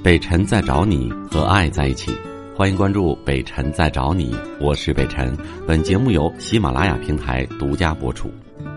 北辰在找你和爱在一起，欢迎关注北辰在找你，我是北辰。本节目由喜马拉雅平台独家播出。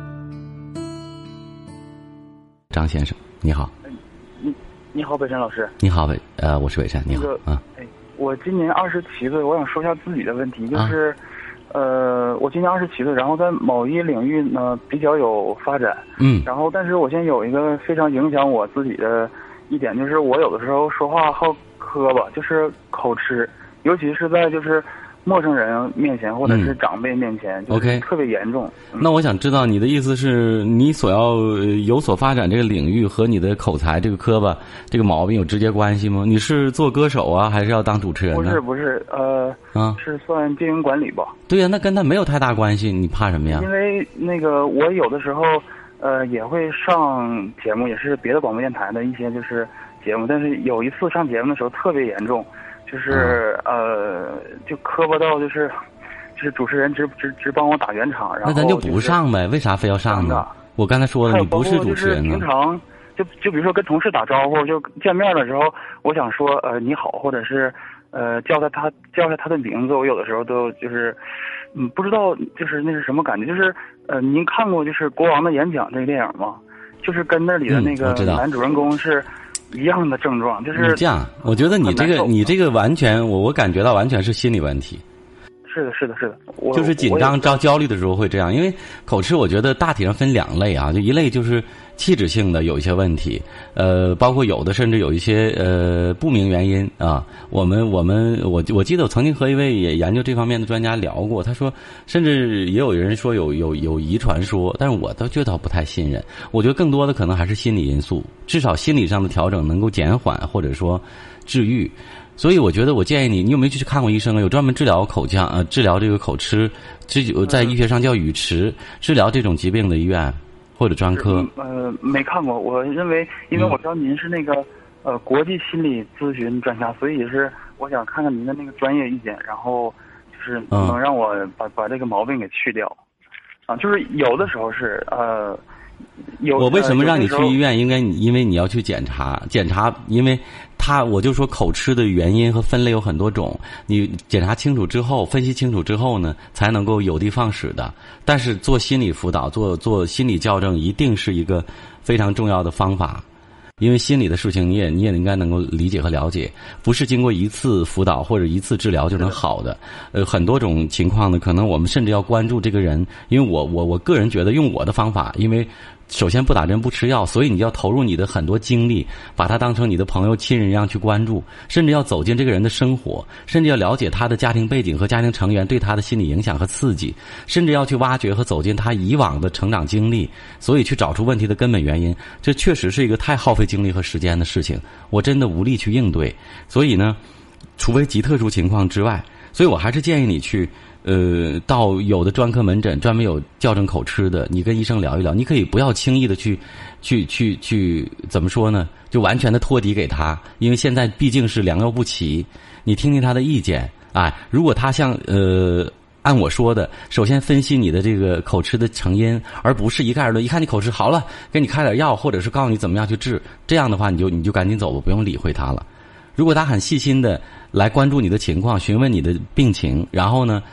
张先生你好。 你好，北辰老师。 你好，我是北辰。你好。 我今年27岁，我想说一下自己的问题，就是，我今年27岁，然后在某一领域呢比较有发展，然后但是我现在有一个非常影响我自己的一点，就是我有的时候说话好磕巴，就是口吃，尤其是在就是陌生人面前或者是长辈面前，就是特别严重。 那我想知道你的意思是你所要有所发展这个领域和你的口才这个磕巴这个毛病有直接关系吗？你是做歌手啊，还是要当主持人呢？ 不是，是算经营管理吧。 对呀，那跟他没有太大关系，你怕什么呀？ 因为那个我有的时候也会上节目，也是别的广播电台的一些就是节目，但是有一次上节目的时候特别严重。就是就磕巴到就是主持人只帮我打圆场，然后、 那咱就不上呗，为啥非要上呢？我刚才说了，你不是主持人呢。 平常就比如说跟同事打招呼，就见面的时候，我想说你好，或者是叫他的名字，我有的时候都就是不知道就是那是什么感觉，就是您看过就是《国王的演讲》这个电影吗？就是跟那里的那个男主人公是一样的症状，就是这样。我觉得你这个完全，我感觉到完全是心理问题。 是的， 就是紧张焦虑的时候会这样。因为口吃，我觉得大体上分两类啊，就一类就是气质性的有一些问题，包括有的甚至有一些不明原因啊。我记得我曾经和一位也研究这方面的专家聊过，他说甚至也有人说有遗传说，但是我都觉得不太信任。我觉得更多的可能还是心理因素，至少心理上的调整能够减缓或者说治愈。所以我觉得我建议你有没有去看过医生啊？有专门治疗口腔治疗这个口吃，在医学上叫语迟，治疗这种疾病的医院或者专科。 没看过。我认为，因为我知道您是那个国际心理咨询专家，所以是我想看看您的那个专业意见，然后就是能让我把这个毛病给去掉。就是有的时候是我为什么让你去医院？因为你要去检查，因为我就说口吃的原因和分类有很多种，你检查清楚之后，分析清楚之后呢，才能够有的放矢的。但是做心理辅导，做心理校正，一定是一个非常重要的方法。因为心理的事情你也应该能够理解和了解，不是经过一次辅导或者一次治疗就能好的。很多种情况呢，可能我们甚至要关注这个人。因为我个人觉得用我的方法，因为首先不打针不吃药，所以你要投入你的很多精力，把他当成你的朋友亲人一样去关注，甚至要走进这个人的生活，甚至要了解他的家庭背景和家庭成员对他的心理影响和刺激，甚至要去挖掘和走进他以往的成长经历，所以去找出问题的根本原因。这确实是一个太耗费精力和时间的事情，我真的无力去应对。所以呢，除非极特殊情况之外，所以我还是建议你去到有的专科门诊专门有校正口吃的，你跟医生聊一聊。你可以不要轻易的去怎么说呢，就完全的托底给他，因为现在毕竟是良莠不齐，你听听他的意见。如果他像按我说的，首先分析你的这个口吃的成因，而不是一概而论，一看你口吃好了给你开点药，或者是告诉你怎么样去治，这样的话你就赶紧走吧，不用理会他了。如果他很细心的来关注你的情况，询问你的病情，然后呢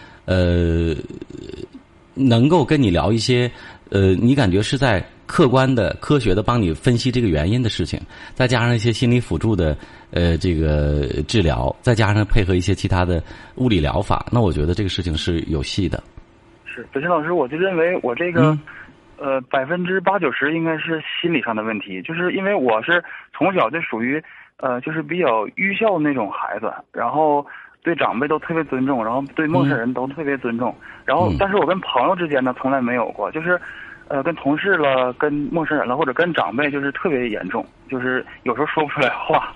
能够跟你聊一些你感觉是在客观的科学的帮你分析这个原因的事情，再加上一些心理辅助的这个治疗，再加上配合一些其他的物理疗法，那我觉得这个事情是有戏的。 是，北辰老师，我就认为我这个80%-90%应该是心理上的问题，就是因为我是从小就属于就是比较愚孝那种孩子，然后对长辈都特别尊重，然后对陌生人都特别尊重，然后但是我跟朋友之间呢从来没有过，就是跟同事了，跟陌生人了，或者跟长辈就是特别严重，就是有时候说不出来话。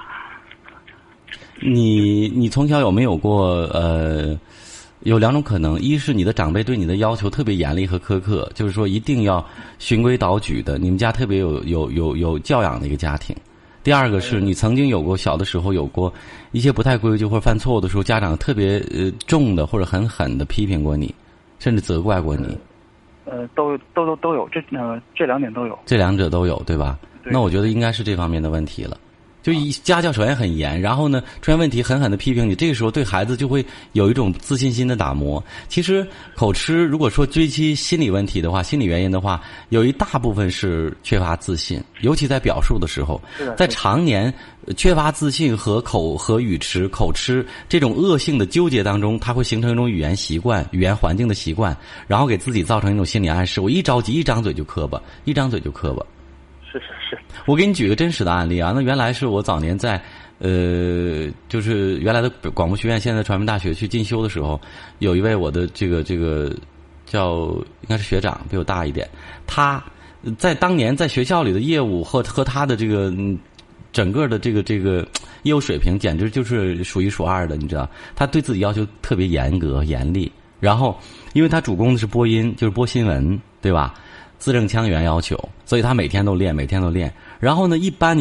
你从小有没有过有两种可能，一是你的长辈对你的要求特别严厉和苛刻，就是说一定要循规蹈矩的，你们家特别有教养的一个家庭。第二个是你曾经有过小的时候有过一些不太规矩或者犯错误的时候，家长特别重的或者很狠的批评过你，甚至责怪过你。 都有，这两点都有。 这两者都有，对吧？ 对。 那我觉得应该是这方面的问题了。 就家教首先很严，然后呢出现问题狠狠的批评你，这个时候对孩子就会有一种自信心的打磨。其实口吃如果说追其心理问题的话，心理原因的话，有一大部分是缺乏自信，尤其在表述的时候，在常年缺乏自信和语迟口吃这种恶性的纠结当中，它会形成一种语言习惯、语言环境的习惯，然后给自己造成一种心理暗示，我一着急一张嘴就磕巴，一张嘴就磕巴。 是。 我给你举个真实的案例啊，那原来是我早年在就是原来的广播学院，现在传媒大学去进修的时候，有一位我的这个叫应该是学长，比我大一点，他在当年在学校里的业务和他的这个整个的这个业务水平简直就是数一数二的，你知道，他对自己要求特别严格严厉，然后因为他主攻的是播音，就是播新闻，对吧？字正腔圆要求，所以他每天都练。然后呢，一般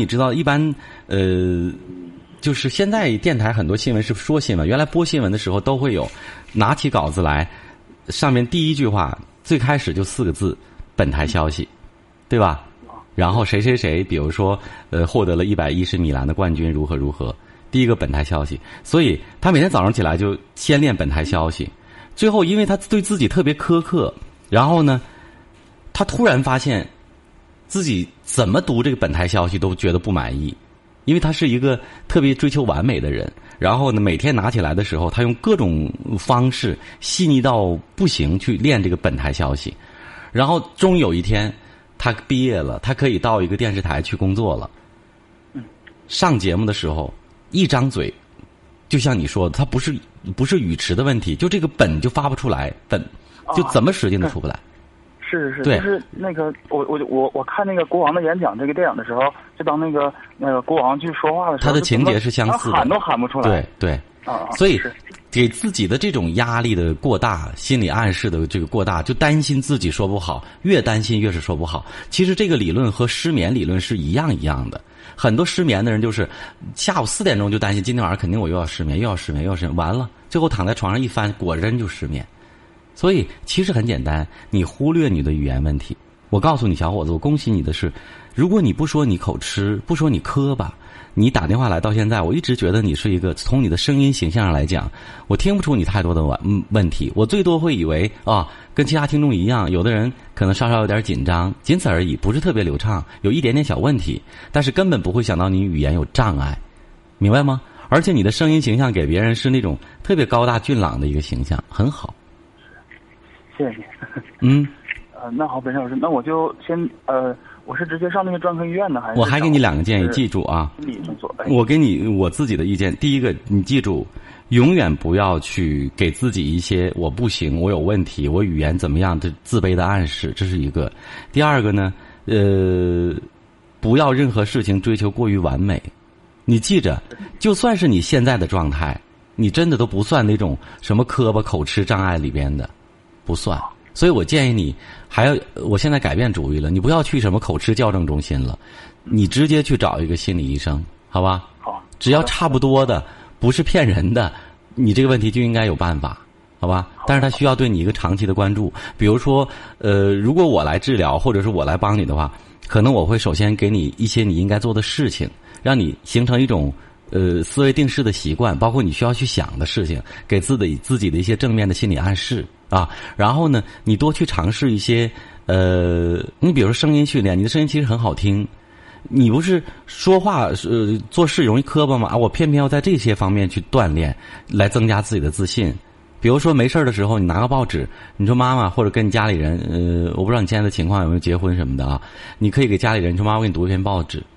就是现在电台很多新闻是说新闻，原来播新闻的时候都会有拿起稿子来，上面第一句话最开始就4个字，本台消息，对吧？然后谁谁谁，比如说获得了110米栏的冠军，如何，第一个本台消息，所以他每天早上起来就先练本台消息，最后因为他对自己特别苛刻，然后呢他突然发现自己怎么读这个本台消息都觉得不满意，因为他是一个特别追求完美的人，然后呢每天拿起来的时候，他用各种方式细腻到不行去练这个本台消息，然后终于有一天他毕业了，他可以到一个电视台去工作了。上节目的时候一张嘴，就像你说的，他不是语迟的问题，就这个本就发不出来，本就怎么使劲都出不来。 是， 对， 就是那个我看那个国王的演讲这个电影的时候，就当那个国王去说话的时候， 他的情节是相似的， 喊都喊不出来。 对，所以给自己的这种压力的过大，心理暗示的这个过大，就担心自己说不好，越担心越是说不好。其实这个理论和失眠理论是一样的。很多失眠的人就是下午4点钟就担心今天晚上肯定我又要失眠，完了最后躺在床上一翻，果真就失眠。所以其实很简单，你忽略你的语言问题。我告诉你小伙子，我恭喜你的是，如果你不说你口吃，不说你磕巴，你打电话来到现在，我一直觉得你是一个，从你的声音形象上来讲，我听不出你太多的问题，我最多会以为跟其他听众一样，有的人可能稍稍有点紧张，仅此而已，不是特别流畅，有一点点小问题，但是根本不会想到你语言有障碍，明白吗？而且你的声音形象给别人是那种特别高大俊朗的一个形象，很好。 谢谢你。 那好，本山老师，那我就先我是直接上那个专科医院呢，还是？ 我还给你2个建议，记住啊。 心理诊所。 我给你我自己的意见，第一个，你记住，永远不要去给自己一些我不行、我有问题、我语言怎么样的自卑的暗示，这是一个。第二个呢，不要任何事情追求过于完美。你记着，就算是你现在的状态，你真的都不算那种什么磕巴口吃障碍里边的，不算。所以我建议你我现在改变主意了，你不要去什么口吃矫正中心了，你直接去找一个心理医生，好吧？ 好， 只要差不多的，不是骗人的，你这个问题就应该有办法，好吧？但是他需要对你一个长期的关注，比如说，如果我来治疗，或者是我来帮你的话，可能我会首先给你一些你应该做的事情，让你形成一种思维定式的习惯，包括你需要去想的事情，给自己的一些正面的心理暗示啊。然后呢，你多去尝试一些你比如说声音训练，你的声音其实很好听，你不是说话做事容易磕巴吗？我偏偏要在这些方面去锻炼，来增加自己的自信。比如说没事的时候，你拿个报纸，你说妈妈或者跟你家里人，我不知道你现在的情况有没有结婚什么的啊，你可以给家里人说妈妈，我给你读一篇报纸，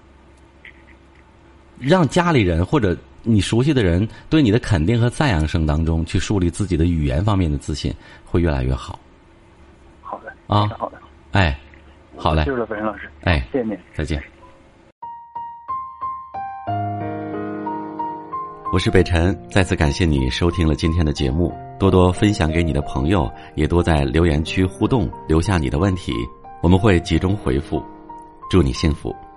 让家里人或者你熟悉的人对你的肯定和赞扬声当中去树立自己的语言方面的自信，会越来越好。 好的啊， 好的， 哎，好嘞， 记住了，本山老师， 哎， 谢谢您， 再见。我是北辰，再次感谢你收听了今天的节目，多多分享给你的朋友，也多在留言区互动，留下你的问题，我们会集中回复。祝你幸福。